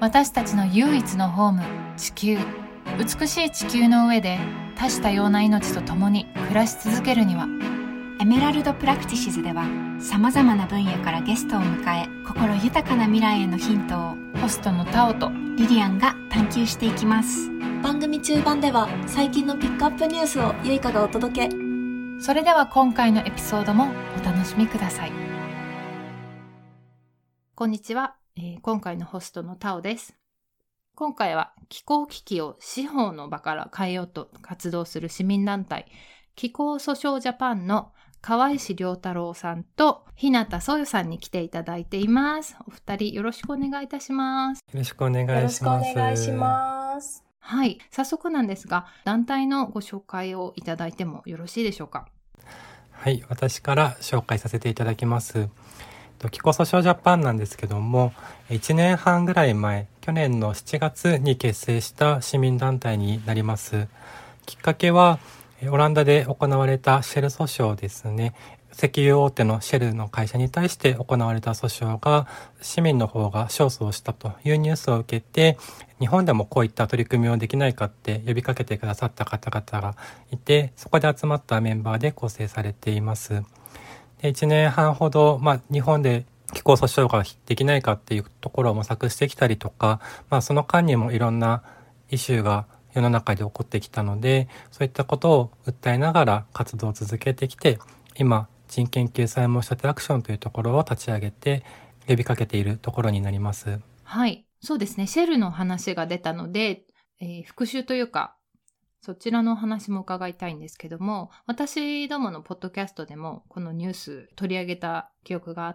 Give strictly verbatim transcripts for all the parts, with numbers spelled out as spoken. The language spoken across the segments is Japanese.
私たちの唯一のホーム、地球。美しい地球の上で多種多様な命と共に暮らし続けるには、 エメラルドプラクティシズではさまざまな分野からゲストを迎え、心豊かな未来へのヒントをホストのタオとリリアンが探求していきます。 番組中盤では最近のピックアップニュースをゆいかがお届け。 それでは今回のエピソードもお楽しみください。こんにちは、えー、今回のホストのタオです。今回は気候危機を司法の場から変えようと活動する市民団体気候訴訟ジャパンの川石良太郎さんと日向そよさんに来ていただいています。お二人よろしくお願いいたします。 よろしくお願いします。 よろしくお願いします。 はい、早速なんですが団体のご紹介をいただいてもよろしいでしょうか。 はい、私から紹介させていただきます。気候訴訟ジャパンなんですけども、いちねんはんぐらい前、去年のしちがつに結成した市民団体になります。きっかけはオランダで行われたシェル訴訟ですね。石油大手のシェルの会社に対して行われた訴訟が市民の方が勝訴をしたというニュースを受けて、日本でもこういった取り組みをできないかって呼びかけてくださった方々がいて、そこで集まったメンバーで構成されています。でいちねんはんほど、まあ、日本で気候訴訟ができないかっていうところを模索してきたりとか、まあ、その間にもいろんなイシューが世の中で起こってきたので、そういったことを訴えながら活動を続けてきて、今人権救済申し立てアクションというところを立ち上げて呼びかけているところになります。 はい、そうですね。シェルの話が出たので、えー、復習というかそちらのお話も伺いたいんですけども、私どものポッドキャストでもこのニュース取り上げた記憶があって、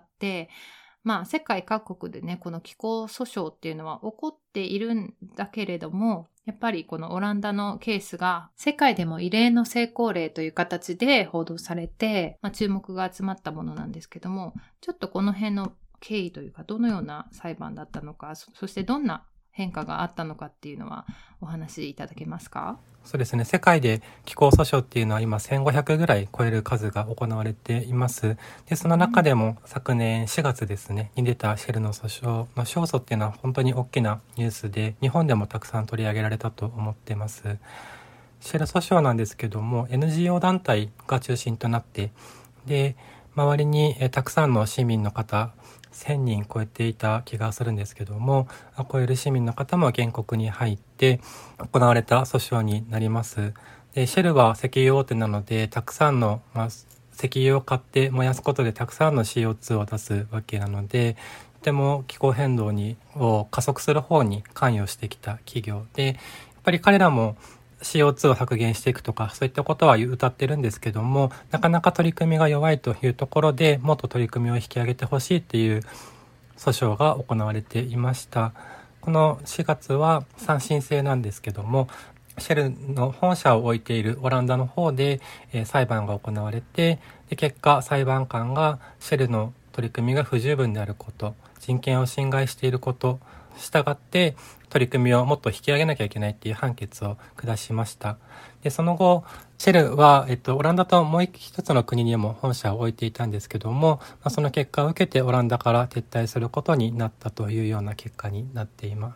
まあ世界各国でね、この気候訴訟っていうのは起こっているんだけれども、やっぱりこのオランダのケースが世界でも異例の成功例という形で報道されて、まあ、注目が集まったものなんですけども、ちょっとこの辺の経緯というか、どのような裁判だったのか、そ, そしてどんな変化があったのかっていうのはお話しいただけますか？ そうですね。世界で気候訴訟っていうのは今せんごひゃくぐらい超える数が行われています。で、その中でも昨年しがつですね、に出たシェルの訴訟の勝訴っていうのは本当に大きなニュースで、日本でもたくさん取り上げられたと思っています。シェル訴訟なんですけども、エヌジーオー 団体が中心となって、で、周りにえたくさんの市民の方、せんにん超えていた気がするんですけども、超える市民の方も原告に入って行われた訴訟になります。でシェルは石油大手なので、たくさんの、まあ、石油を買って燃やすことでたくさんの シーオーツー を出すわけなので、とても気候変動にを加速する方に関与してきた企業で、やっぱり彼らもシーオーツー を削減していくとか、そういったことは謳ってるんですけども、なかなか取り組みが弱いというところで、もっと取り組みを引き上げてほしいっていう訴訟が行われていました。このしがつは三審制なんですけども、シェルの本社を置いているオランダの方で、えー、裁判が行われて、で結果裁判官がシェルの取り組みが不十分であること、人権を侵害していること従って取り組みをもっと引き上げなきゃいけないっていう判決を下しました。でその後シェルは、えっと、オランダともう一つの国にも本社を置いていたんですけども、まあ、その結果を受けてオランダから撤退することになったというような結果になっています。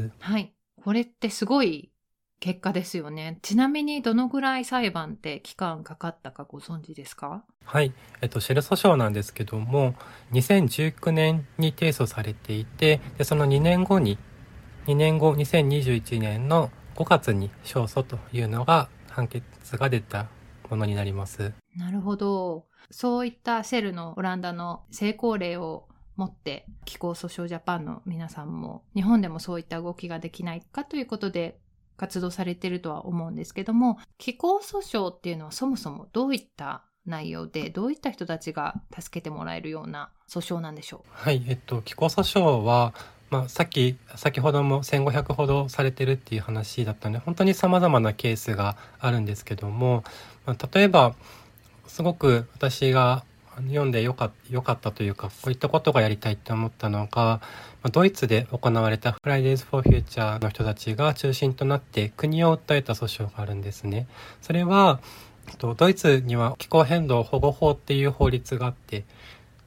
はい、これってすごい結果ですよね。ちなみにどのぐらい裁判って期間かかったかご存知ですか？ はい、えっと、シェル訴訟なんですけども、にせんじゅうきゅうねんに提訴されていて、でそのにねんごに、にねんご、にせんにじゅういちねんのごがつに勝訴というのが判決が出たものになります。 なるほど。そういったシェルのオランダの成功例を持って気候訴訟ジャパンの皆さんも日本でもそういった動きができないかということで活動されているとは思うんですけども、気候訴訟っていうのはそもそもどういった内容で、どういった人たちが助けてもらえるような訴訟なんでしょう？ はい、えっと、気候訴訟は、まあ、さっき先ほどもせんごひゃくほどされてるっていう話だったので、本当に様々なケースがあるんですけども、まあ、例えばすごく私が読んでよか、よかったというか、こういったことがやりたいと思ったのが、ドイツで行われた Fridays for Future の人たちが中心となって国を訴えた訴訟があるんですね。それはドイツには気候変動保護法っていう法律があって、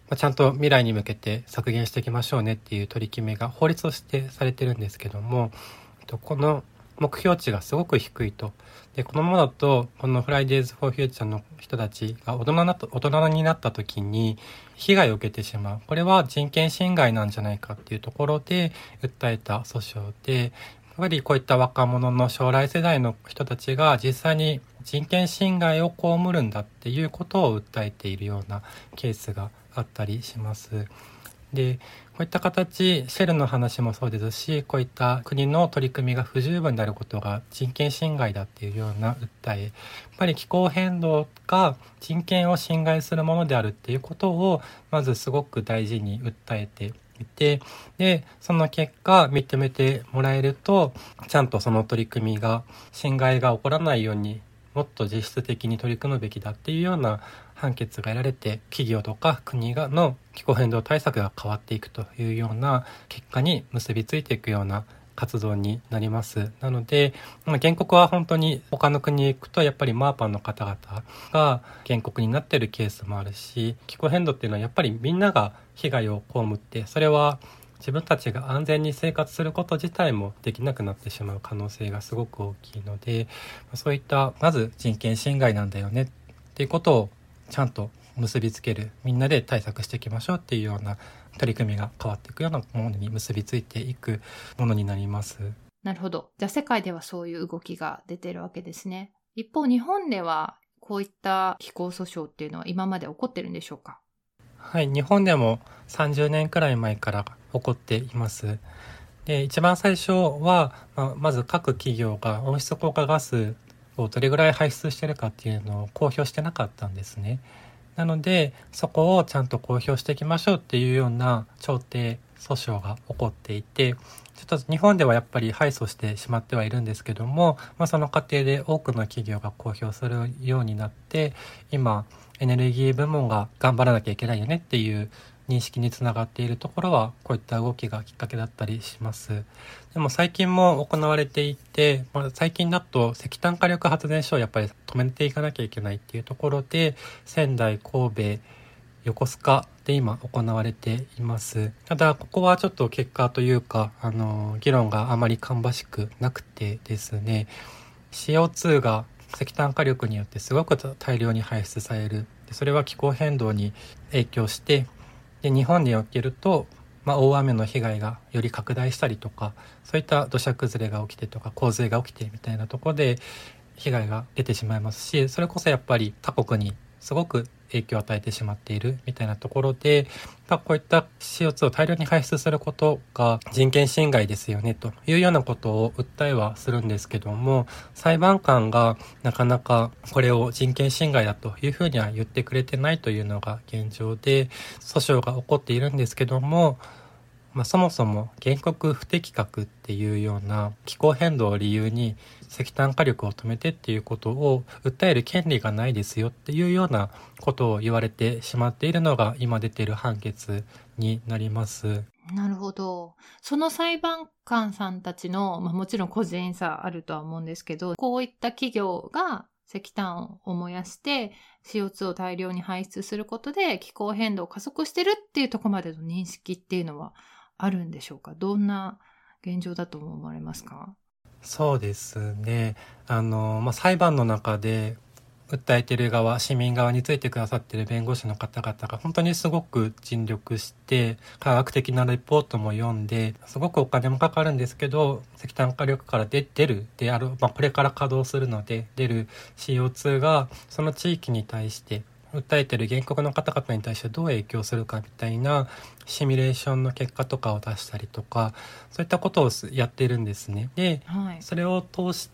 ちゃんと未来に向けて削減していきましょうねっていう取り決めが法律としてされてるんですけども、この目標値がすごく低いと。で、このままだと、この Fridays for Future の人たちが大人な大人になった時に被害を受けてしまう。これは人権侵害なんじゃないかっていうところで訴えた訴訟で、やっぱりこういった若者の将来世代の人たちが実際に人権侵害を被るんだっていうことを訴えているようなケースがあったりします。で、こういった形、シェルの話もそうですし、こういった国の取り組みが不十分であることが人権侵害だっていうような訴え、やっぱり気候変動が人権を侵害するものであるっていうことをまずすごく大事に訴えていて、で、その結果認めてもらえると、ちゃんとその取り組みが侵害が起こらないようにもっと実質的に取り組むべきだっていうような判決が得られて、企業とか国がの気候変動対策が変わっていくというような結果に結びついていくような活動になります。なので、まあ、原告は本当に他の国へ行くとやっぱりマーパンの方々が原告になっているケースもあるし、気候変動っていうのはやっぱりみんなが被害を被って、それは自分たちが安全に生活すること自体もできなくなってしまう可能性がすごく大きいので、そういったまず人権侵害なんだよねっていうことをちゃんと結びつける、みんなで対策していきましょうっていうような取り組みが変わっていくようなものに結びついていくものになります。 なるほど。じゃあ世界ではそういう動きが出てるわけですね。一方、日本ではこういった気候訴訟っていうのは今まで起こってるんでしょうか？ はい、日本でもさんじゅうねんくらい前から起こっています。で、一番最初は、まあ、まず各企業が温室効果ガスをどれぐらい排出してるかっていうのを公表してなかったんですね。なので、そこをちゃんと公表していきましょうっていうような調停訴訟が起こっていて、ちょっと日本ではやっぱり敗訴してしまってはいるんですけども、まあ、その過程で多くの企業が公表するようになって、今エネルギー部門が頑張らなきゃいけないよねっていう認識につながっているところは、こういった動きがきっかけだったりします。でも最近も行われていて、まあ、最近だと石炭火力発電所をやっぱり止めていかなきゃいけないっていうところで、仙台、神戸、横須賀で今行われています。ただここはちょっと結果というか、あの議論があまり芳しくなくてですね、 シーオーツー が石炭火力によってすごく大量に排出される。でそれは気候変動に影響して、で日本におけると、まあ、大雨の被害がより拡大したりとか、そういった土砂崩れが起きてとか洪水が起きてみたいなところで被害が出てしまいますし、それこそやっぱり他国にすごく影響を与えてしまっているみたいなところで、こういった シーオーツー を大量に排出することが人権侵害ですよねというようなことを訴えはするんですけども、裁判官がなかなかこれを人権侵害だというふうには言ってくれてないというのが現状で、訴訟が起こっているんですけども、まあ、そもそも原告不適格っていうような気候変動を理由に石炭火力を止めてっていうことを訴える権利がないですよっていうようなことを言われてしまっているのが今出ている判決になります。 なるほど。その裁判官さんたちの、まあ、もちろん個人差あるとは思うんですけど、こういった企業が石炭を燃やして シーオーツー を大量に排出することで気候変動を加速してるっていうところまでの認識っていうのはあるんでしょうか？どんな現状だと思われますか？ そうですね。あの、まあ、裁判の中で訴えている側、市民側についてくださっている弁護士の方々が本当にすごく尽力して科学的なレポートも読んで、すごくお金もかかるんですけど、石炭火力から出るである、まあ、これから稼働するので出る シーオーツー がその地域に対して訴えている原告の方々に対してどう影響するかみたいなシミュレーションの結果とかを出したりとか、そういったことをやっているんですね。で、はい、それを通して、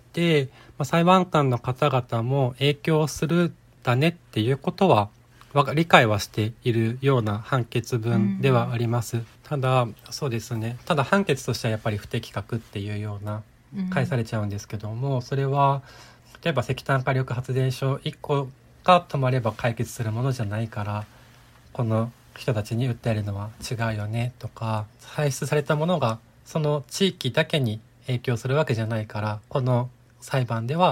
まあ、裁判官の方々も影響するだねっていうことは理解はしているような判決文ではあります。うん、ただそうですね。ただ判決としてはやっぱり不適格っていうような返されちゃうんですけども、うん、それは例えば石炭火力発電所いっこが止まれば解決するものじゃないから、この人たちに訴えるのは違うよねとか、排出されたものがその地域だけに影響するわけじゃないから、この裁判では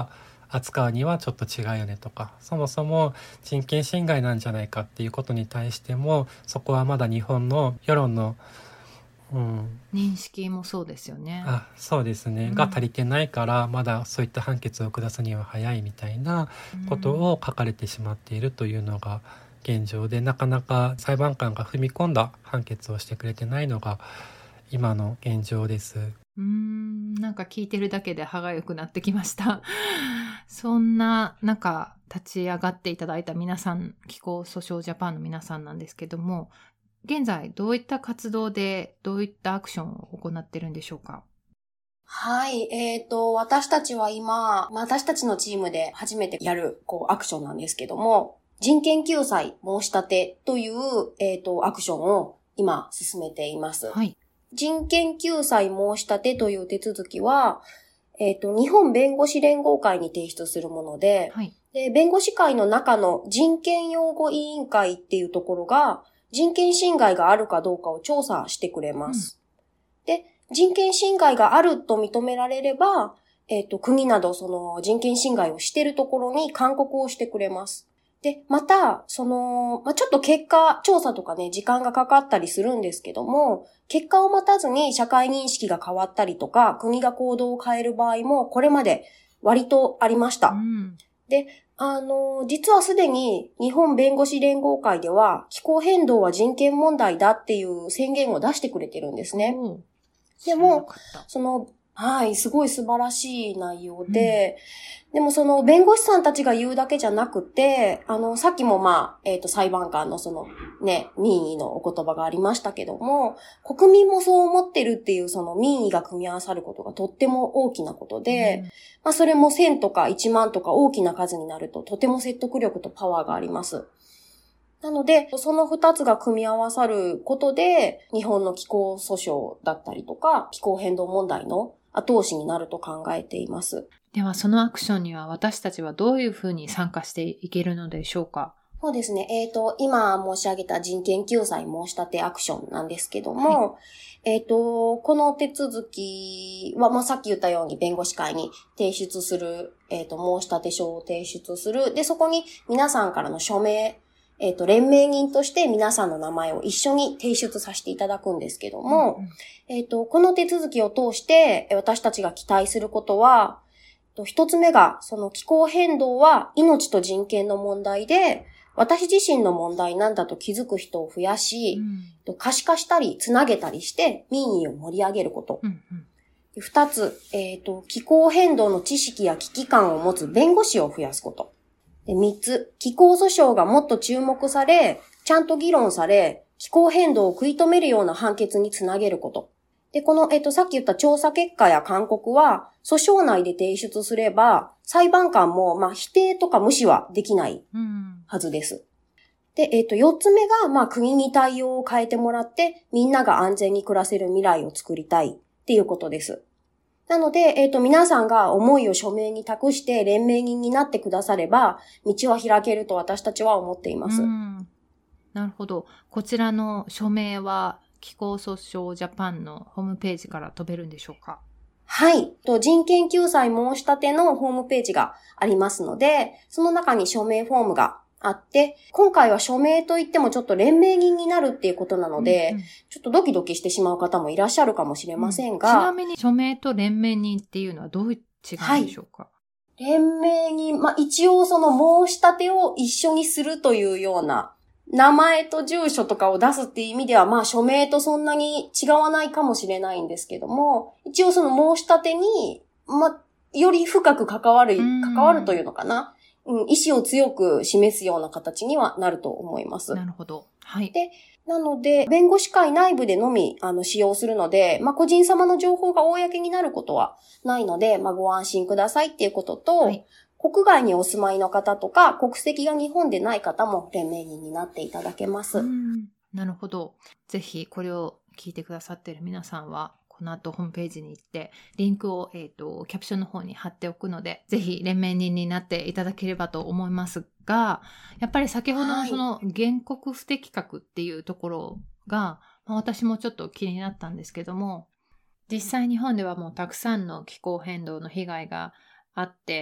扱うにはちょっと違うよねとか、そもそも人権侵害なんじゃないかっていうことに対しても、そこはまだ日本の世論の、うん、 認識もそうですよね。 あ、そうですね、うん、が足りてないから、まだそういった判決を下すには早いみたいなことを書かれてしまっているというのが現状で、なかなか裁判官が踏み込んだ判決をしてくれてないのが今の現状です。 うーん、なんか聞いてるだけで歯がゆくなってきました。そんな中立ち上がっていただいた皆さん、気候訴訟ジャパンの皆さんなんですけども、現在どういった活動でどういったアクションを行ってるんでしょうか？ はい。えっと、私たちは今、私たちのチームで初めてやる、こう、アクションなんですけども、人権救済申し立てという、えっと、アクションを今進めています。 はい。 人権救済申し立てという手続きは、えっと、日本弁護士連合会に提出するもので、 はい。で、 弁護士会の中の人権擁護委員会っていうところが、人権侵害があるかどうかを調査してくれます。うん、で、人権侵害があると認められれば、えっと、国などその人権侵害をしているところに勧告をしてくれます。で、また、その、まあ、ちょっと結果、調査とかね、時間がかかったりするんですけども、結果を待たずに社会認識が変わったりとか、国が行動を変える場合も、これまで割とありました。うん、で、あの、実はすでに日本弁護士連合会では、気候変動は人権問題だっていう宣言を出してくれてるんですね。うん、でも、その、はい、すごい素晴らしい内容で、うん、でもその弁護士さんたちが言うだけじゃなくて、あの、さっきもまあ、えっと、裁判官のそのね、民意のお言葉がありましたけども、国民もそう思ってるっていうその民意が組み合わさることがとっても大きなことで、うん、まあそれもせんとかいちまんとか大きな数になるととても説得力とパワーがあります。なので、その二つが組み合わさることで、日本の気候訴訟だったりとか、気候変動問題の後押しになると考えています。 では、そのアクションには私たちはどういうふうに参加していけるのでしょうか？ そうですね。えっと、今申し上げた人権救済申し立てアクションなんですけども、はい、えっと、この手続きは、まあ、さっき言ったように弁護士会に提出する、えっと、申し立て書を提出する。で、そこに皆さんからの署名、えっと、連名人として皆さんの名前を一緒に提出させていただくんですけども、うんうん、えっと、この手続きを通して私たちが期待することは、一つ目が、その気候変動は命と人権の問題で、私自身の問題なんだと気づく人を増やし、うん、可視化したり、つなげたりして、民意を盛り上げること。うんうん、二つ、えっと、気候変動の知識や危機感を持つ弁護士を増やすこと。で、三つ、気候訴訟がもっと注目され、ちゃんと議論され、気候変動を食い止めるような判決につなげること。で、この、えっと、さっき言った調査結果や勧告は、訴訟内で提出すれば、裁判官も、まあ、否定とか無視はできないはずです。うん、で、えっと、四つ目が、まあ、国に対応を変えてもらって、みんなが安全に暮らせる未来を作りたいっていうことです。なので、えっと、皆さんが思いを署名に託して連名人になってくだされば、道は開けると私たちは思っています。うん、 なるほど。こちらの署名は、気候訴訟ジャパンのホームページから飛べるんでしょうか？ はい。人権救済申し立てのホームページがありますので、その中に署名フォームがあって、今回は署名といってもちょっと連名人になるっていうことなので、うんうん、ちょっとドキドキしてしまう方もいらっしゃるかもしれませんが。うん、 ちなみに署名と連名人っていうのはどう違うんでしょうか？ はい、連名人、まあ、一応その申し立てを一緒にするというような、名前と住所とかを出すっていう意味では、まあ署名とそんなに違わないかもしれないんですけども、一応その申し立てに、まあ、より深く関わる、関わるというのかな。うん、意思を強く示すような形にはなると思います。 なるほど。はい。 で、なので、弁護士会内部でのみ、あの、使用するので、まあ、個人様の情報が公になることはないので、まあ、ご安心くださいっていうことと、はい、国外にお住まいの方とか、国籍が日本でない方も連名人になっていただけます。 うん、なるほど。ぜひこれを聞いてくださっている皆さんは、この後ホームページに行って、リンクを、えっと、キャプションの方に貼っておくので、ぜひ連名人になっていただければと思いますが、やっぱり先ほどのその原告不適格っていうところが、まあ、私もちょっと気になったんですけども、実際日本ではもうたくさんの気候変動の被害があって、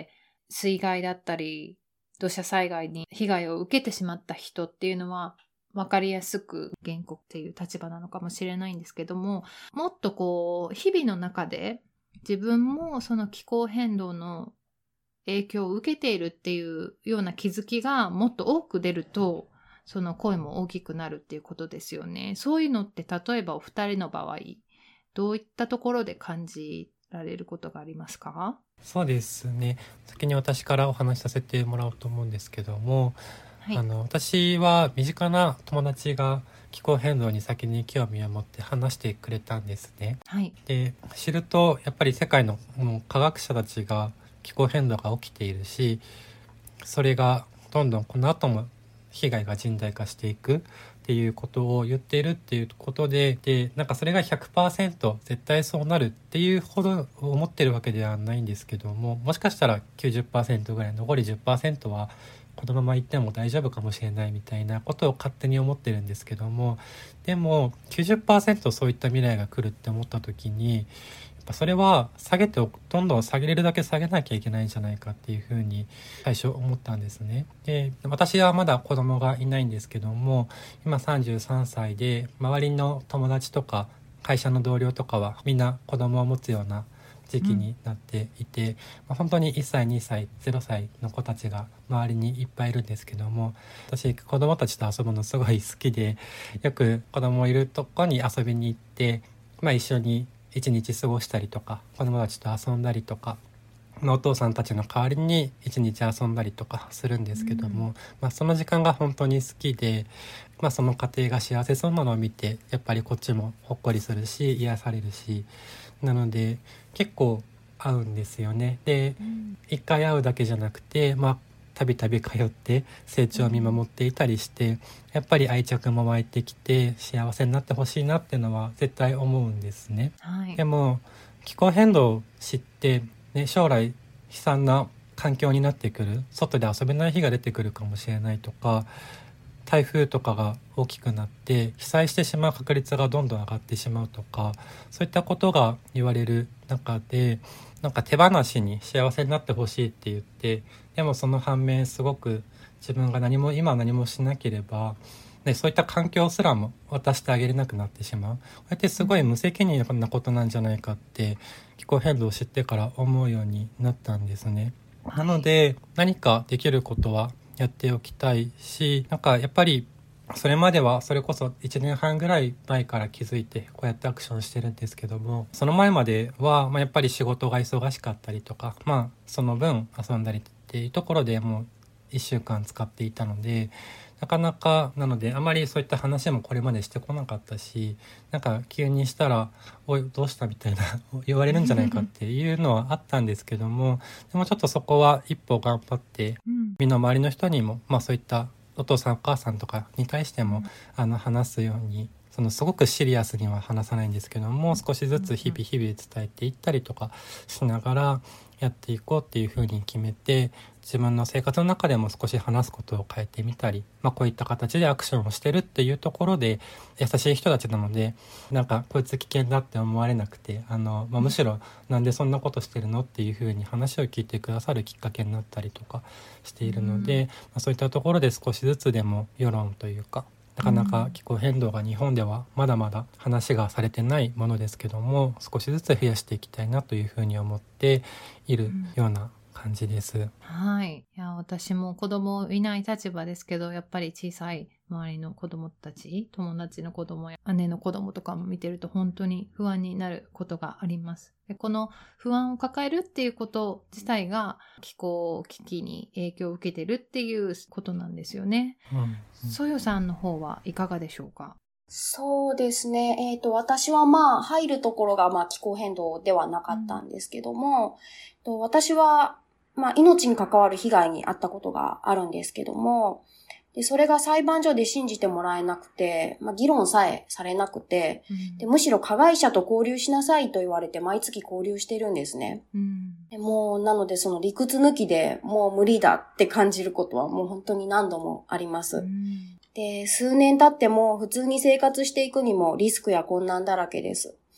水害だったり土砂災害に被害を受けてしまった人っていうのは分かりやすく原告っていう立場なのかもしれないんですけども、もっとこう日々の中で自分もその気候変動の影響を受けているっていうような気づきがもっと多く出ると、その声も大きくなるっていうことですよね。そういうのって例えばお二人の場合どういったところで感じられることがありますか？ そうですね。先に私からお話しさせてもらおうと思うんですけども、 はい、 あの私は身近な友達が気候変動に先に興味を持って話してくれたんですね。 はい、 で知るとやっぱり世界のもう科学者たちが気候変動が起きているし、それがどんどんこの後も被害が甚大化していくっていうことを言っているっていうことで、でなんかそれが ひゃくパーセント 絶対そうなるっていうほど思ってるわけではないんですけども、もしかしたら きゅうじゅっパーセント ぐらい、残り じゅっパーセント はこのまま行っても大丈夫かもしれないみたいなことを勝手に思ってるんですけども、でも きゅうじゅっパーセント そういった未来が来るって思った時に、それは下げておく、どんどん下げれるだけ下げなきゃいけないんじゃないかっていうふうに最初思ったんですね。で、私はまだ子供がいないんですけども、今さんじゅうさんさいで、周りの友達とか会社の同僚とかはみんな子供を持つような時期になっていて、うんまあ、本当にいっさいにさいゼロさいの子たちが周りにいっぱいいるんですけども、私子供たちと遊ぶのすごい好きで、よく子供いるとこに遊びに行って、まあ、一緒に一日過ごしたりとか、子供たちと遊んだりとか、お父さんたちの代わりに一日遊んだりとかするんですけども、うんまあ、その時間が本当に好きで、まあ、その家庭が幸せそうなのを見てやっぱりこっちもほっこりするし癒されるし、なので結構会うんですよね。で、うん、一回会うだけじゃなくて、まあたびたび通って成長を見守っていたりして、やっぱり愛着も湧いてきて幸せになってほしいなっていうのは絶対思うんですね、はい、でも気候変動を知って、ね、将来悲惨な環境になってくる、外で遊べない日が出てくるかもしれないとか、台風とかが大きくなって被災してしまう確率がどんどん上がってしまうとか、そういったことが言われる中で、なんか手放しに幸せになってほしいって言って、でもその反面すごく自分が何も今何もしなければ、ね、そういった環境すらも渡してあげれなくなってしまう。こうやってすごい無責任なことなんじゃないかって気候変動を知ってから思うようになったんですね。なので何かできることはやっておきたいし、なんかやっぱりそれまではそれこそいちねんはんぐらい前から気づいてこうやってアクションしてるんですけども、その前まではまあやっぱり仕事が忙しかったりとか、まあその分遊んだりっていうところでもういっしゅうかん使っていたので、なかなかなのであまりそういった話もこれまでしてこなかったし、なんか急にしたらおいどうしたみたいな言われるんじゃないかっていうのはあったんですけども、でもちょっとそこは一歩頑張って身の回りの人にもまあそういったお父さんお母さんとかに対してもあの話すように、そのすごくシリアスには話さないんですけども、少しずつ日々日々伝えていったりとかしながらやっていこうっていうふうに決めて、自分の生活の中でも少し話すことを変えてみたり、まあ、こういった形でアクションをしてるっていうところで優しい人たちなので、なんかこいつ危険だって思われなくて、あの、まあ、むしろなんでそんなことしてるのっていうふうに話を聞いてくださるきっかけになったりとかしているので、うんまあ、そういったところで少しずつでも世論というか、なかなか気候変動が日本ではまだまだ話がされてないものですけども、少しずつ増やしていきたいなというふうに思っているような感じです、うん、 はい。いや、私も子供いない立場ですけど、やっぱり小さい周りの子供たち、友達の子供や姉の子供とかも見てると本当に不安になることがあります。で、この不安を抱えるっていうこと自体が気候危機に影響を受けてるっていうことなんですよね。うんうん、そよさんの方はいかがでしょうか？ そうですね。えっと、私はまあ、入るところがまあ、気候変動ではなかったんですけども、うん、私はまあ、命に関わる被害に遭ったことがあるんですけども、でそれが裁判所で信じてもらえなくて、まあ、議論さえされなくて、うん、でむしろ加害者と交流しなさいと言われて毎月交流してるんですね。うん、でもうなのでその理屈抜きでもう無理だって感じることはもう本当に何度もあります。うん、で数年経っても普通に生活していくにもリスクや困難だらけです。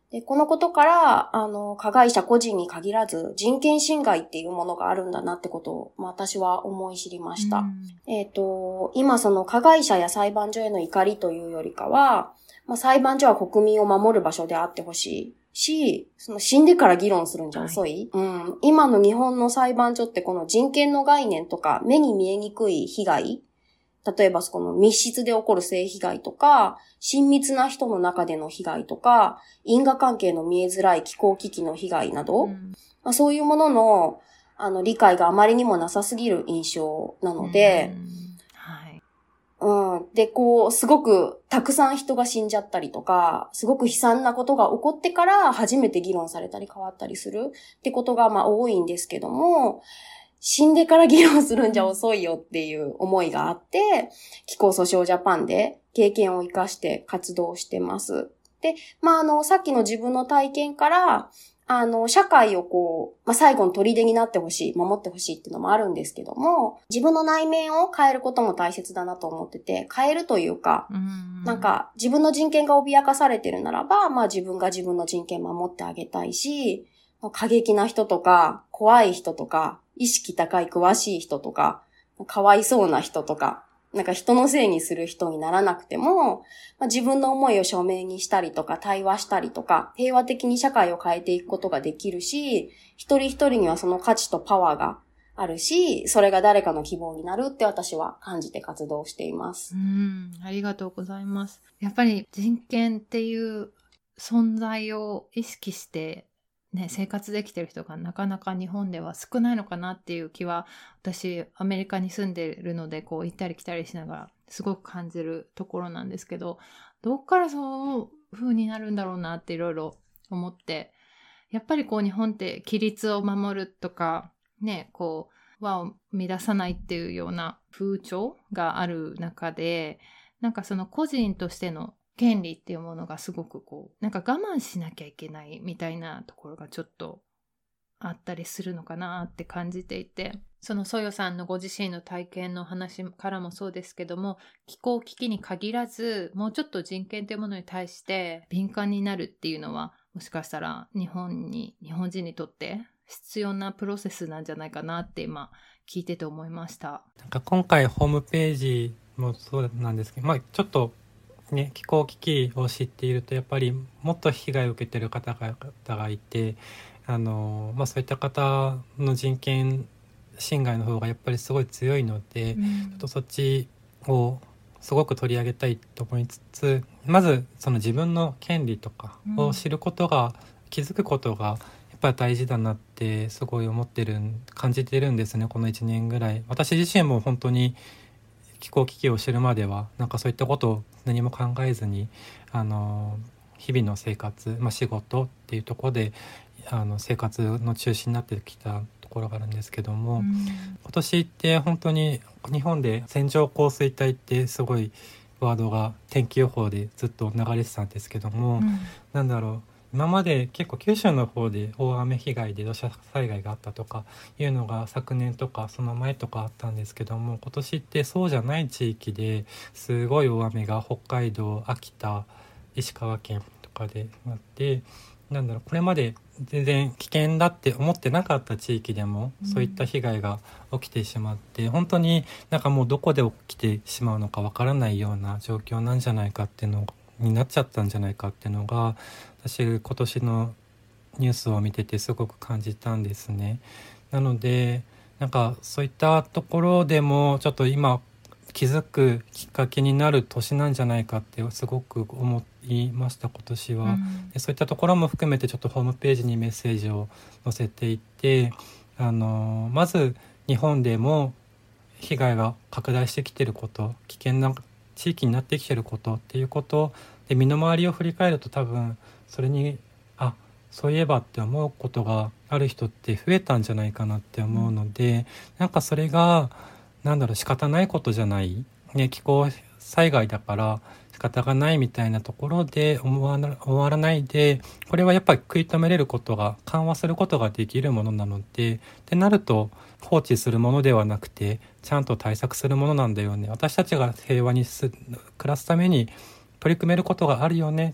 で、このことから、あの、加害者個人に限らず、人権侵害っていうものがあるんだなってことを、まあ、私は思い知りました。えっと、今その加害者や裁判所への怒りというよりかは、まあ、裁判所は国民を守る場所であってほしいし、その死んでから議論するんじゃ遅い、はい、うん。今の日本の裁判所ってこの人権の概念とか、目に見えにくい被害、例えばその密室で起こる性被害とか、親密な人の中での被害とか、因果関係の見えづらい気候危機の被害など、うんまあ、そういうものの、あの、理解があまりにもなさすぎる印象なので、うんはいうん、で、こう、すごくたくさん人が死んじゃったりとか、すごく悲惨なことが起こってから初めて議論されたり変わったりするってことがまあ多いんですけども、死んでから議論するんじゃ遅いよっていう思いがあって、気候訴訟ジャパンで経験を生かして活動してます。で、まあ、あの、さっきの自分の体験から、あの、社会をこう、まあ、最後の砦になってほしい、守ってほしいっていうのもあるんですけども、自分の内面を変えることも大切だなと思ってて、変えるというか、うんなんか自分の人権が脅かされてるならば、まあ自分が自分の人権守ってあげたいし、過激な人とか、怖い人とか、意識高い詳しい人とか、かわいそうな人とか、なんか人のせいにする人にならなくても、まあ、自分の思いを証明にしたりとか、対話したりとか、平和的に社会を変えていくことができるし、一人一人にはその価値とパワーがあるし、それが誰かの希望になるって私は感じて活動しています。 うん、ありがとうございます。やっぱり人権っていう存在を意識してね、生活できてる人がなかなか日本では少ないのかなっていう気は、私アメリカに住んでるのでこう行ったり来たりしながらすごく感じるところなんですけど、どっからそういう風になるんだろうなっていろいろ思って、やっぱりこう日本って規律を守るとかね、こう和を乱さないっていうような風潮がある中で、なんかその個人としての権利っていうものがすごくこうなんか我慢しなきゃいけないみたいなところがちょっとあったりするのかなって感じていて、そのソヨさんのご自身の体験の話からもそうですけども、気候危機に限らずもうちょっと人権というものに対して敏感になるっていうのは、もしかしたら日本に日本人にとって必要なプロセスなんじゃないかなって今聞いてて思いました。 なんか今回ホームページもそうなんですけど、まあちょっとね、気候危機を知っているとやっぱりもっと被害を受けている方々がいて、あの、まあ、そういった方の人権侵害の方がやっぱりすごい強いので、うん、ちょっとそっちをすごく取り上げたいと思いつつ、まずその自分の権利とかを知ることが、うん、気づくことがやっぱり大事だなってすごい思ってる感じてるんですね、このいちねんぐらい。私自身も本当に気候危機を知るまではなんかそういったことを何も考えずに、あの日々の生活、まあ、仕事っていうところであの生活の中心になってきたところがあるんですけども、うん、今年って本当に日本で線状降水帯ってすごいワードが天気予報でずっと流れてたんですけども、うん、なんだろう、今まで結構九州の方で大雨被害で土砂災害があったとかいうのが昨年とかその前とかあったんですけども、今年ってそうじゃない地域ですごい大雨が北海道、秋田、石川県とかであって、なんだろう、これまで全然危険だって思ってなかった地域でもそういった被害が起きてしまって、うん、本当になんかもうどこで起きてしまうのかわからないような状況なんじゃないかっていうのになっちゃったんじゃないかっていうのが、私今年のニュースを見ててすごく感じたんですね。なのでなんかそういったところでもちょっと今気づくきっかけになる年なんじゃないかってすごく思いました、今年は、うん、でそういったところも含めてちょっとホームページにメッセージを載せていって、あのまず日本でも被害が拡大してきていること、危険な地域になってきていることっていうことで、身の回りを振り返ると多分それにあそういえばって思うことがある人って増えたんじゃないかなって思うので、うん、なんかそれがなんだろう、仕方ないことじゃない、ね、気候災害だから仕方がないみたいなところで思わな、終わらないで、これはやっぱり食い止めれることが、緩和することができるものなので、ってなると放置するものではなくてちゃんと対策するものなんだよね、私たちが平和にす暮らすために取り組めることがあるよね、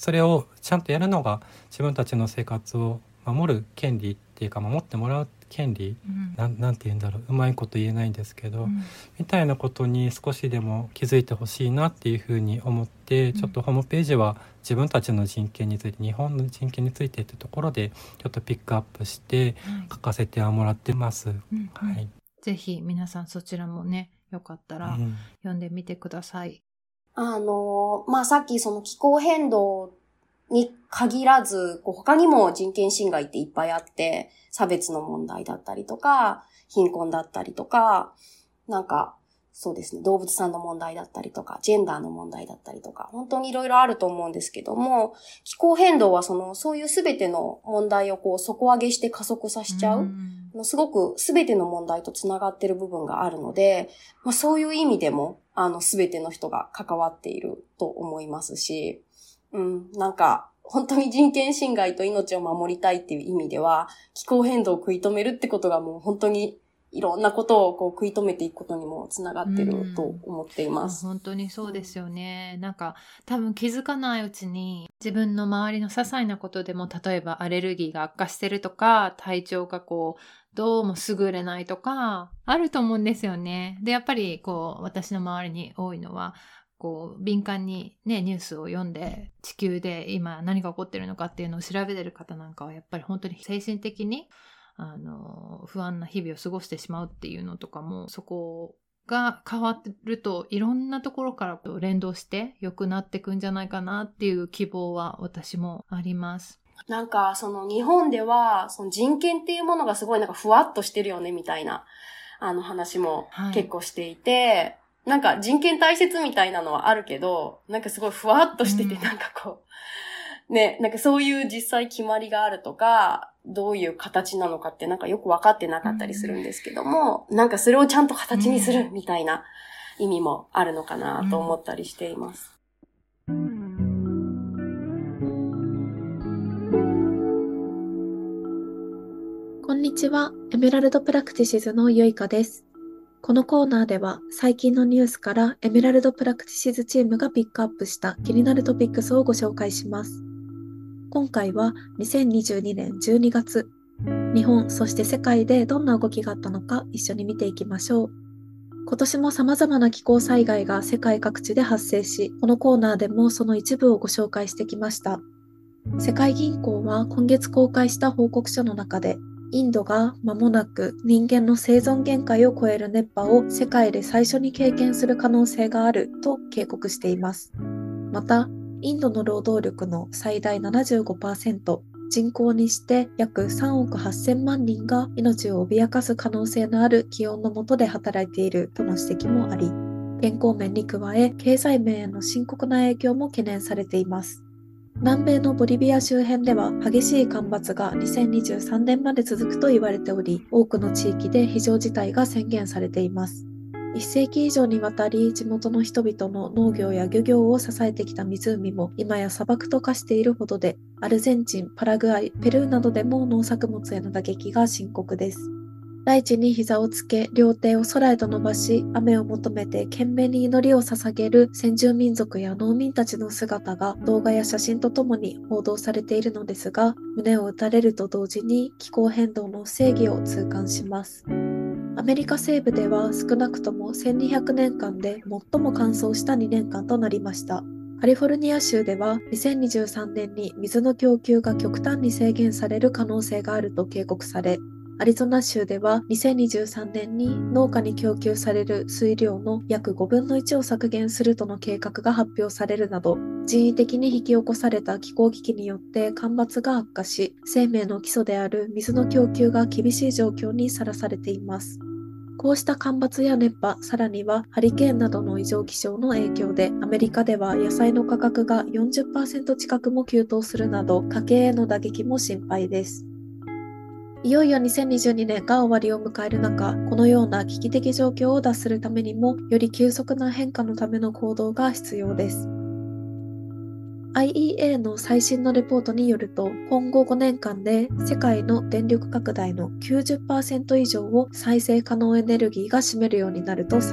それをちゃんとやるのが自分たちの生活を守る権利っていうか、守ってもらう権利、 うん、 な, なんて言うんだろう、うまいこと言えないんですけど、 うん、 みたいなことに少しでも気づいてほしいなっていうふうに思って、うん、ちょっとホームページは自分たちの人権について、日本の人権についてってところでちょっとピックアップして書かせてはもらってます、 うんはい、 ぜひ皆さんそちらもね、よかったら読んでみてください。 うん、あのまあさっきその気候変動に限らず、こう他にも人権侵害っていっぱいあって、差別の問題だったりとか、貧困だったりとか、なんか、そうですね、動物さんの問題だったりとか、ジェンダーの問題だったりとか、本当にいろいろあると思うんですけども、気候変動はその、そういうすべての問題をこう、底上げして加速させちゃう、うん、すごくすべての問題とつながっている部分があるので、まあそういう意味でも、あの、すべての人が関わっていると思いますし、うん、なんか、本当に人権侵害と命を守りたいっていう意味では、気候変動を食い止めるってことがもう本当にいろんなことをこう食い止めていくことにもつながってると思っています。 うん、本当にそうですよね。なんか多分気づかないうちに自分の周りの些細なことでも、例えばアレルギーが悪化してるとか、体調がこうどうも優れないとかあると思うんですよね。で、やっぱりこう私の周りに多いのは、こう敏感にね、ニュースを読んで地球で今何が起こってるのかっていうのを調べてる方なんかはやっぱり本当に精神的にあの不安な日々を過ごしてしまうっていうのとかも、そこが変わってるといろんなところから連動して良くなっていくんじゃないかなっていう希望は私もあります。 なんかその日本ではその人権っていうものがすごいなんかふわっとしてるよねみたいなあの話も結構していて、はい、なんか人権大切みたいなのはあるけど、なんかすごいふわっとしてて、なんかこう、ね、なんかそういう実際決まりがあるとか、どういう形なのかってなんかよく分かってなかったりするんですけども、なんかそれをちゃんと形にするみたいな意味もあるのかなと思ったりしています。 こんにちは、エメラルドプラクティシズのゆいかです。このコーナーでは最近のニュースからエメラルドプラクティシズチームがピックアップした気になるトピックスをご紹介します。今回はにせんにじゅうにねんじゅうにがつ、日本そして世界でどんな動きがあったのか一緒に見ていきましょう。今年も様々な気候災害が世界各地で発生し、このコーナーでもその一部をご紹介してきました。世界銀行は今月公開した報告書の中で、インドが間もなく人間の生存限界を超える熱波を世界で最初に経験する可能性があると警告しています。また、インドの労働力の最大 ななじゅうごパーセント、人口にして約さんおくはっせんまんにんが命を脅かす可能性のある気温の下で働いているとの指摘もあり、健康面に加え経済面への深刻な影響も懸念されています。南米のボリビア周辺では激しい干ばつがにせんにじゅうさんねんまで続くと言われており、多くの地域で非常事態が宣言されています。いっせいき以上にわたり地元の人々の農業や漁業を支えてきた湖も今や砂漠と化しているほどで、アルゼンチン、パラグアイ、ペルーなどでも農作物への打撃が深刻です。大地に膝をつけ、両手を空へと伸ばし、雨を求めて懸命に祈りを捧げる先住民族や農民たちの姿が動画や写真とともに報道されているのですが、胸を打たれると同時に気候変動の正義を痛感します。アメリカ西部では少なくともせんにひゃくねんかんで最も乾燥したにねんかんとなりました。カリフォルニア州ではにせんにじゅうさんねんに水の供給が極端に制限される可能性があると警告され、アリゾナ州ではにせんにじゅうさんねんに農家に供給される水量の約ごぶんのいちを削減するとの計画が発表されるなど、人為的に引き起こされた気候危機によって干ばつが悪化し、生命の基礎である水の供給が厳しい状況にさらされています。こうした干ばつや熱波、さらにはハリケーンなどの異常気象の影響で、アメリカでは野菜の価格が よんじゅっパーセント 近くも急騰するなど、家計への打撃も心配です。いよいよにせんにじゅうにねんが終わりを迎える中、このような危機的状況を脱するためにも、より急速な変化のための行動が必要です。アイイーエー の最新のレポートによると、今後ごねんかんで世界の電力拡大の きゅうじゅっパーセント 以上を再生可能エネルギーが占めるようになるとされ、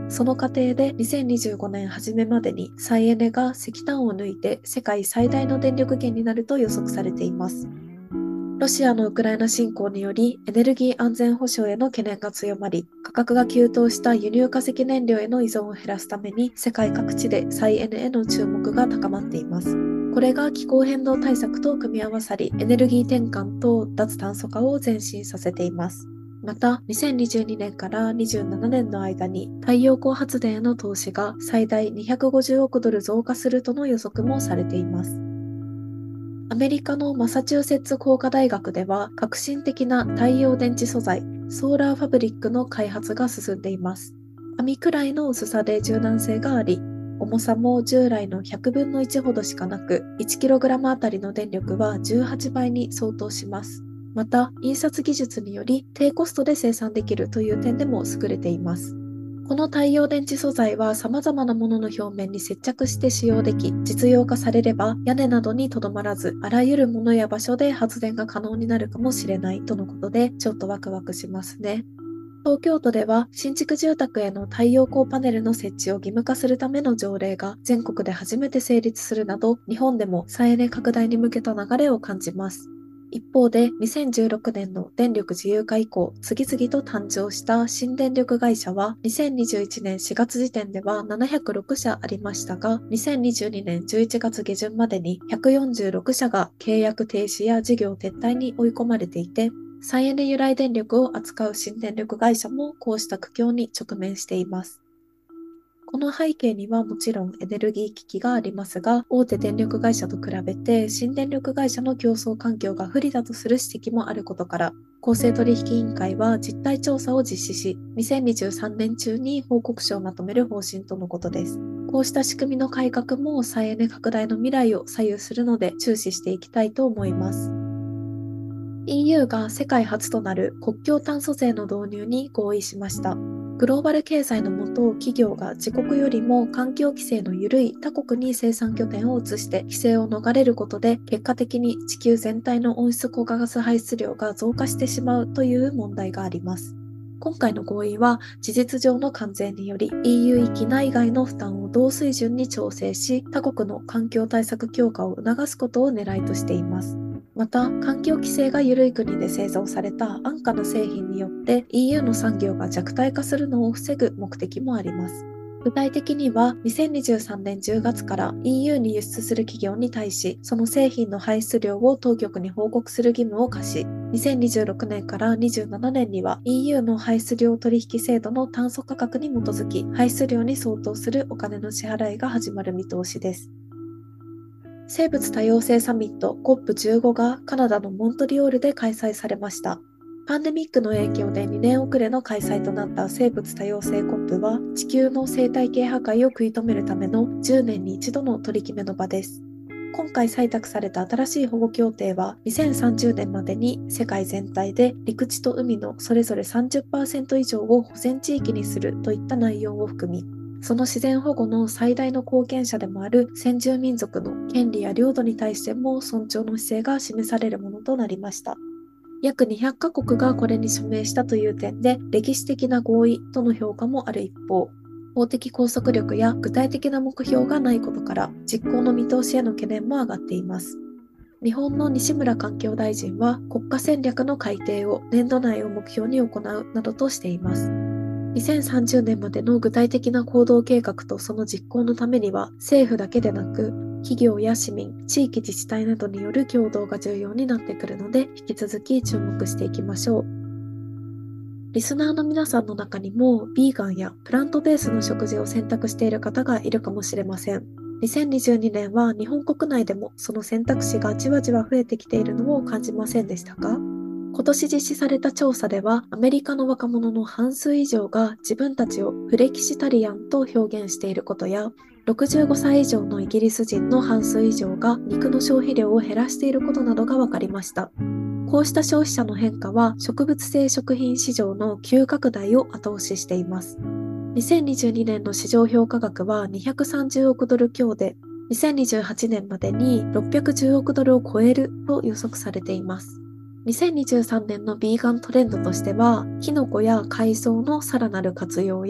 その過程でにせんにじゅうごねん初めまでに再エネが石炭を抜いて世界最大の電力源になると予測されています。ロシアのウクライナ侵攻によりエネルギー安全保障への懸念が強まり、価格が急騰した輸入化石燃料への依存を減らすために世界各地で再エネへの注目が高まっています。これが気候変動対策と組み合わさり、エネルギー転換と脱炭素化を前進させています。また、にせんにじゅうにねんからにじゅうななねんの間に太陽光発電への投資が最大にひゃくごじゅうおくドル増加するとの予測もされています。アメリカのマサチューセッツ工科大学では革新的な太陽電池素材、ソーラーファブリックの開発が進んでいます。網くらいの薄さで柔軟性があり、重さも従来のひゃくぶんのいちほどしかなく、いちキログラム あたりの電力はじゅうはちばいに相当します。また、印刷技術により低コストで生産できるという点でも優れています。この太陽電池素材は様々なものの表面に接着して使用でき、実用化されれば屋根などにとどまらず、あらゆるものや場所で発電が可能になるかもしれないとのことで、ちょっとワクワクしますね。東京都では新築住宅への太陽光パネルの設置を義務化するための条例が全国で初めて成立するなど、日本でも再エネ拡大に向けた流れを感じます。一方で、にせんじゅうろくねんの電力自由化以降、次々と誕生した新電力会社は、にせんにじゅういちねんしがつ時点ではななひゃくろくしゃありましたが、にせんにじゅうにねんじゅういちがつげじゅんまでにひゃくよんじゅうろくしゃが契約停止や事業撤退に追い込まれていて、再エネ由来電力を扱う新電力会社もこうした苦境に直面しています。この背景にはもちろんエネルギー危機がありますが、大手電力会社と比べて新電力会社の競争環境が不利だとする指摘もあることから、公正取引委員会は実態調査を実施し、にせんにじゅうさんねん中に報告書をまとめる方針とのことです。こうした仕組みの改革も再エネ拡大の未来を左右するので注視していきたいと思います。イーユー が世界初となる国境炭素税の導入に合意しました。グローバル経済のもと、企業が自国よりも環境規制の緩い他国に生産拠点を移して規制を逃れることで、結果的に地球全体の温室効果ガス排出量が増加してしまうという問題があります。今回の合意は事実上の関税により イーユー 域内外の負担を同水準に調整し、他国の環境対策強化を促すことを狙いとしています。また、環境規制が緩い国で製造された安価な製品によって イーユー の産業が弱体化するのを防ぐ目的もあります。具体的には、にせんにじゅうさんねんじゅうがつから イーユー に輸出する企業に対し、その製品の排出量を当局に報告する義務を課し、にせんにじゅうろくねんからにじゅうななねんには イーユー の排出量取引制度の炭素価格に基づき、排出量に相当するお金の支払いが始まる見通しです。生物多様性サミット コップじゅうご がカナダのモントリオールで開催されました。パンデミックの影響でにねん遅れの開催となった生物多様性 コップ は地球の生態系破壊を食い止めるためのじゅうねんに一度の取り決めの場です。今回採択された新しい保護協定はにせんさんじゅうねんまでに世界全体で陸地と海のそれぞれ さんじゅっパーセント 以上を保全地域にするといった内容を含み、その自然保護の最大の貢献者でもある先住民族の権利や領土に対しても尊重の姿勢が示されるものとなりました。約にひゃっかこくがこれに署名したという点で歴史的な合意との評価もある一方、法的拘束力や具体的な目標がないことから実行の見通しへの懸念も上がっています。日本の西村環境大臣は国家戦略の改定を年度内を目標に行うなどとしています。にせんさんじゅうねんまでの具体的な行動計画とその実行のためには政府だけでなく企業や市民、地域自治体などによる協働が重要になってくるので引き続き注目していきましょう。リスナーの皆さんの中にもビーガンやプラントベースの食事を選択している方がいるかもしれません。にせんにじゅうにねんは日本国内でもその選択肢がじわじわ増えてきているのを感じませんでしたか？今年実施された調査では、アメリカの若者の半数以上が自分たちをフレキシタリアンと表現していることや、ろくじゅうごさい以上のイギリス人の半数以上が肉の消費量を減らしていることなどが分かりました。こうした消費者の変化は、植物性食品市場の急拡大を後押ししています。にせんにじゅうにねんの市場評価額はにひゃくさんじゅうおくドル強で、にせんにじゅうはちねんまでにろっぴゃくじゅうおくドルを超えると予測されています。にせんにじゅうさんねんのビーガントレンドとしては、キノコや海藻のさらなる活用や、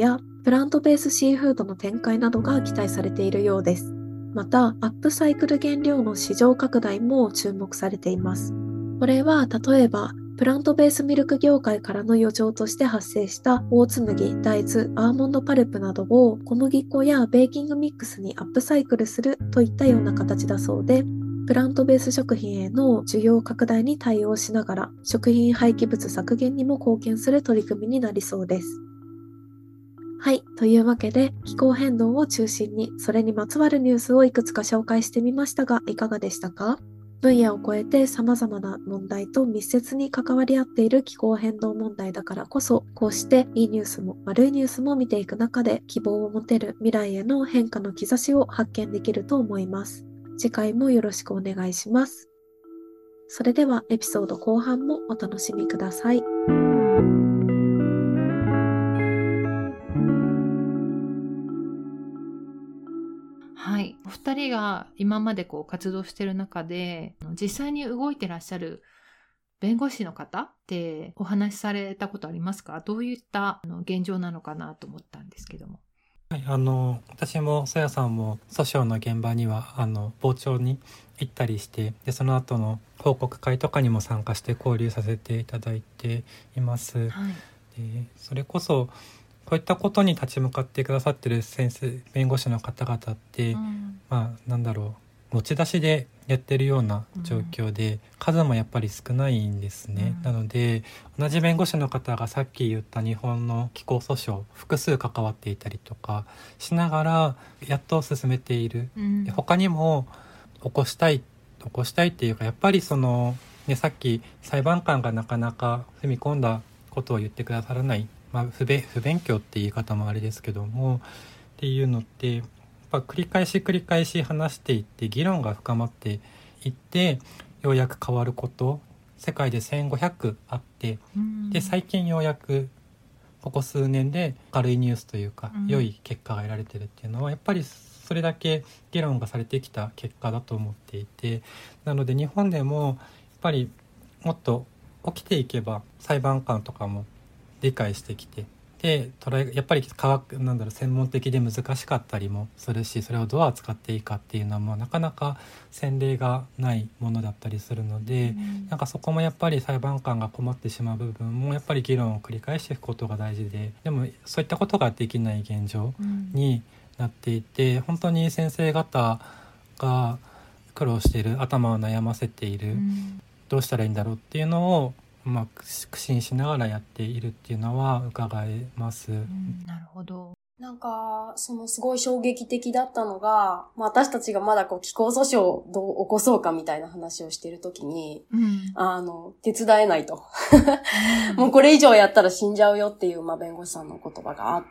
プラントベースシーフードの展開などが期待されているようです。また、アップサイクル原料の市場拡大も注目されています。これは例えば、プラントベースミルク業界からの余剰として発生したオーツ麦、大豆、アーモンドパルプなどを小麦粉やベーキングミックスにアップサイクルするといったような形だそうで、プラントベース食品への需要拡大に対応しながら、食品廃棄物削減にも貢献する取り組みになりそうです。はい。というわけで、気候変動を中心に、それにまつわるニュースをいくつか紹介してみましたが、いかがでしたか？分野を超えて様々な問題と密接に関わり合っている気候変動問題だからこそ、こうしていいニュースも悪いニュースも見ていく中で希望を持てる未来への変化の兆しを発見できると思います。次回もよろしくお願いします。それではエピソード後半もお楽しみください。 はい。お二人が今までこう活動している中で、実際に動いてらっしゃる弁護士の方ってお話しされたことありますか？どういった現状なのかなと思ったんですけども。 はい、あの私もそやさんも訴訟の現場にはあの傍聴に行ったりして、でその後の報告会とかにも参加して交流させていただいています。 はい、 でそれこそこういったことに立ち向かってくださってる先生弁護士の方々って、うん、まあなんだろう持ち出しでやってるような状況で、うん、数もやっぱり少ないんですね、うん、なので同じ弁護士の方がさっき言った日本の気候訴訟複数関わっていたりとかしながらやっと進めている、うん、他にも起こしたい起こしたいっていうかやっぱりその、ね、さっき裁判官がなかなか踏み込んだことを言ってくださらない、まあ、不勉、不勉強って言い方もあれですけどもっていうのってやっぱ繰り返し繰り返し話していって議論が深まっていってようやく変わること世界でせんごひゃくあって、うん、で最近ようやくここ数年で軽いニュースというか、うん、良い結果が得られてるっていうのはやっぱりそれだけ議論がされてきた結果だと思っていて、なので日本でもやっぱりもっと起きていけば裁判官とかも理解してきてで捉えやっぱり科学なんだろう専門的で難しかったりもするし、それをどう扱っていいかっていうのはもうなかなか先例がないものだったりするので、うん、なんかそこもやっぱり裁判官が困ってしまう部分もやっぱり議論を繰り返していくことが大事で、でもそういったことができない現状になっていて、うん、本当に先生方が苦労している頭を悩ませている、うん、どうしたらいいんだろうっていうのをまあ、苦心しながらやっているっていうのは伺えます、うん、 なるほど。 なんか、そのすごい衝撃的だったのが、まあ私たちがまだこう気候訴訟をどう起こそうかみたいな話をしているときに、うん、あの、手伝えないと。うん、もうこれ以上やったら死んじゃうよっていう、まあ弁護士さんの言葉があって、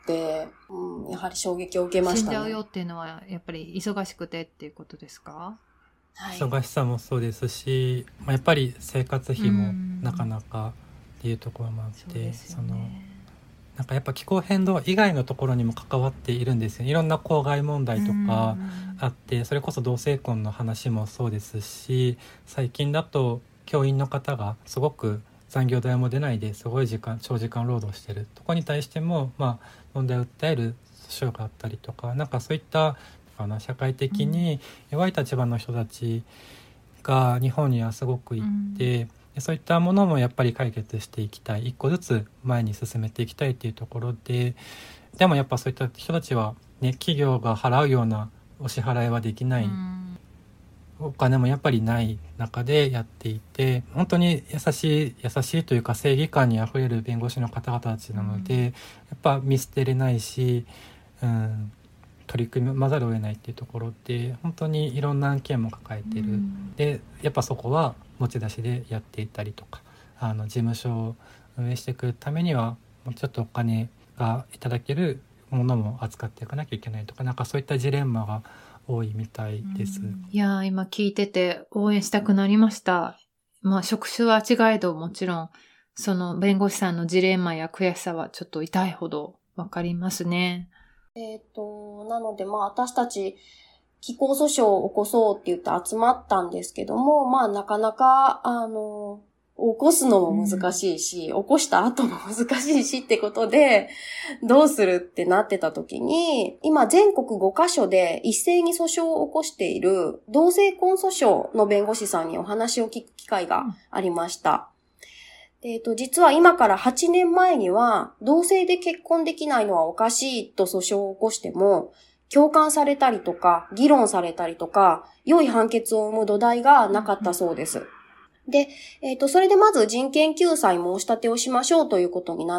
うん、やはり衝撃を受けましたね。 死んじゃうよっていうのはやっぱり忙しくてっていうことですか？ はい、忙しさもそうですし、まあ、やっぱり生活費もなかなかっていうところもあって、そのなんかやっぱ気候変動以外のところにも関わっているんですよ。いろんな公害問題とかあって、それこそ同性婚の話もそうですし、最近だと教員の方がすごく残業代も出ないですごい時間長時間労働してるとこに対しても、まあ、問題を訴える訴訟があったりとか、なんかそういったかな社会的に弱い立場の人たちが日本にはすごくいて、うんでそういったものもやっぱり解決していきたい、一個ずつ前に進めていきたいっていうところで、でもやっぱそういった人たちは、ね、企業が払うようなお支払いはできない、うん、お金もやっぱりない中でやっていて、本当に優しい優しいというか正義感にあふれる弁護士の方々たちなので、うん、やっぱ見捨てれないし、うん、取り組まざるを得ないっていうところで本当にいろんな案件も抱えてる、うん、でやっぱそこは持ち出しでやっていったりとか、あの事務所を運営していくためにはもうちょっとお金がいただけるものも扱っていかなきゃいけないとか、なんかそういったジレンマが多いみたいです。 うん、いや今聞いてて応援したくなりました。まあ職種は違えどもちろんその弁護士さんのジレンマや悔しさはちょっと痛いほどわかりますね。 えっと、なのでまあ私たち気候訴訟を起こそうって言って集まったんですけども、まあなかなか、あの、 起こすのも難しいし、うん、起こした後も難しいしってことで、どうするってなってた時に、今全国ごカ所で一斉に訴訟を起こしている同性婚訴訟の弁護士さんにお話を聞く機会がありました。うん、えっと、実は今からはちねんまえには、同性で結婚できないのはおかしいと訴訟を起こしても、共感されたりとか、議論されたりとか、良い判決を生む土台がなかったそうです。で、えっと、それでまず人権救済申し立てをしましょうということになって、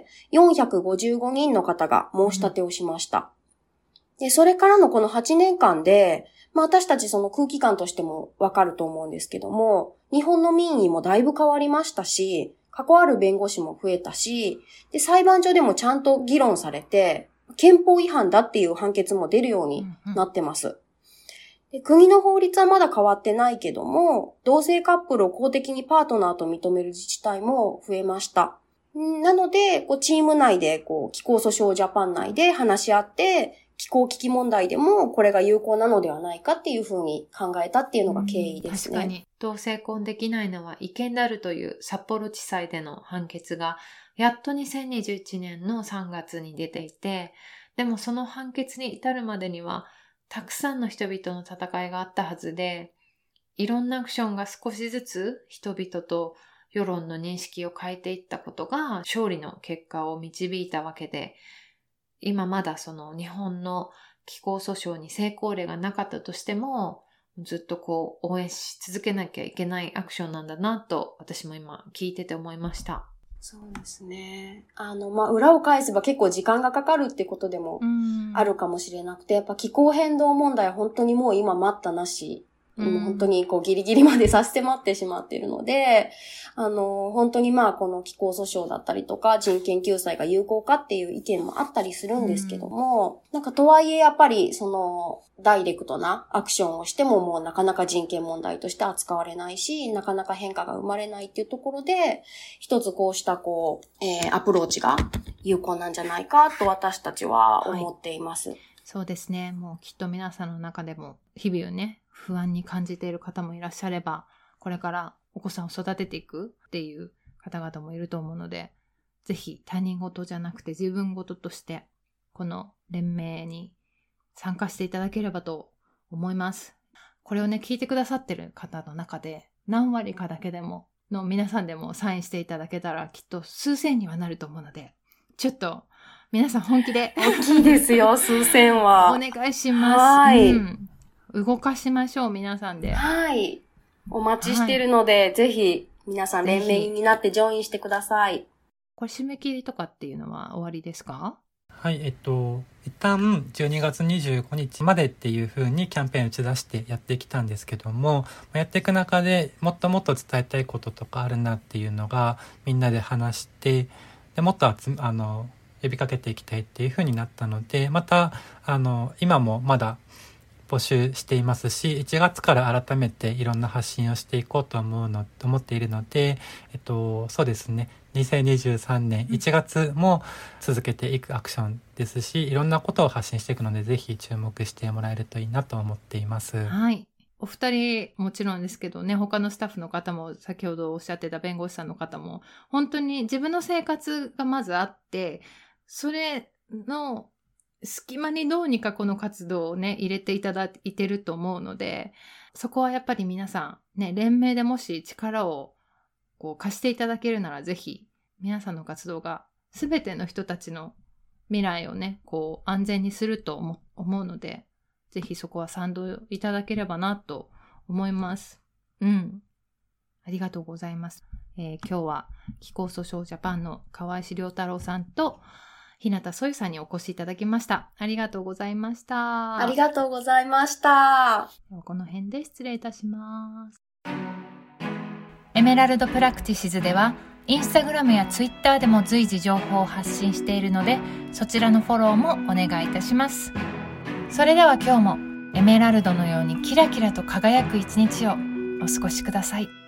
よんひゃくごじゅうごにんの方が申し立てをしました。で、それからのこのはちねんかんで、まあ私たちその空気感としてもわかると思うんですけども、日本の民意もだいぶ変わりましたし、関わる弁護士も増えたし、で、裁判所でもちゃんと議論されて、憲法違反だっていう判決も出るようになってます。うんうんで国の法律はまだ変わってないけども、同性カップルを公的にパートナーと認める自治体も増えました。なので、こうチーム内で、こう、気候訴訟ジャパン内で話し合って、気候危機問題でもこれが有効なのではないかっていうふうに考えたっていうのが経緯ですね。 確かに、同性婚できないのは違憲であるという札幌地裁での判決が、やっとにせんにじゅういちねんのさんがつに出ていて、でもその判決に至るまでには、たくさんの人々の戦いがあったはずで、いろんなアクションが少しずつ人々と世論の認識を変えていったことが勝利の結果を導いたわけで、今まだその日本の気候訴訟に成功例がなかったとしても、ずっとこう応援し続けなきゃいけないアクションなんだなと私も今聞いてて思いました。 そうですね。あの、まあ、裏を返せば結構時間がかかるってことでもあるかもしれなくて、やっぱ気候変動問題は本当にもう今待ったなし、うん、本当にこうギリギリまで差し迫ってしまっているので、あの、本当にまあこの気候訴訟だったりとか人権救済が有効かっていう意見もあったりするんですけども、うん、なんかとはいえやっぱりそのダイレクトなアクションをしてももうなかなか人権問題として扱われないし、なかなか変化が生まれないっていうところで、一つこうしたこう、えー、アプローチが有効なんじゃないかと私たちは思っています。はい、 そうですね。もうきっと皆さんの中でも日々をね、不安に感じている方もいらっしゃれば、これからお子さんを育てていくっていう方々もいると思うので、ぜひ他人事じゃなくて自分事としてこの連盟に参加していただければと思います。これをね、聞いてくださってる方の中で何割かだけでもの皆さんでもサインしていただけたらきっと数千にはなると思うので、ちょっと皆さん本気で大きいですよ、数千はお願いします。 はい、 うん動かしましょう、皆さんで。 はい。お待ちしているので、はい、ぜひ、皆さん連盟になってジョインしてください。 これ締め切りとかっていうのは終わりですか？ はい、えっと、一旦じゅうにがつにじゅうごにちまでっていう風にキャンペーン打ち出してやってきたんですけども、やっていく中でもっともっと伝えたいこととかあるなっていうのがみんなで話して、でもっとあつあの呼びかけていきたいっていう風になったので、またあの今もまだ募集していますし、いちがつから改めていろんな発信をしていこうと思うの思っているので、えっとそうですね、にせんにじゅうさんねんいちがつも続けていくアクションですし、いろんなことを発信していくので、ぜひ注目してもらえるといいなと思っています。 はい。お二人もちろんですけどね、他のスタッフの方も先ほどおっしゃってた弁護士さんの方も本当に自分の生活がまずあって、それの隙間にどうにかこの活動をね入れていただいてると思うので、そこはやっぱり皆さんね、連盟でもし力をこう貸していただけるなら、ぜひ皆さんの活動が全ての人たちの未来をねこう安全にすると思思うので、ぜひそこは賛同いただければなと思います。うん。ありがとうございます。えー、今日は気候訴訟ジャパンの川石良太郎さんと日向そゆさんにお越しいただきました。ありがとうございました。 ありがとうございました。 ではこの辺で失礼いたします。 エメラルドプラクティシズではインスタグラムやツイッターでも随時情報を発信しているので、そちらのフォローもお願いいたします。それでは今日もエメラルドのようにキラキラと輝く一日をお過ごしください。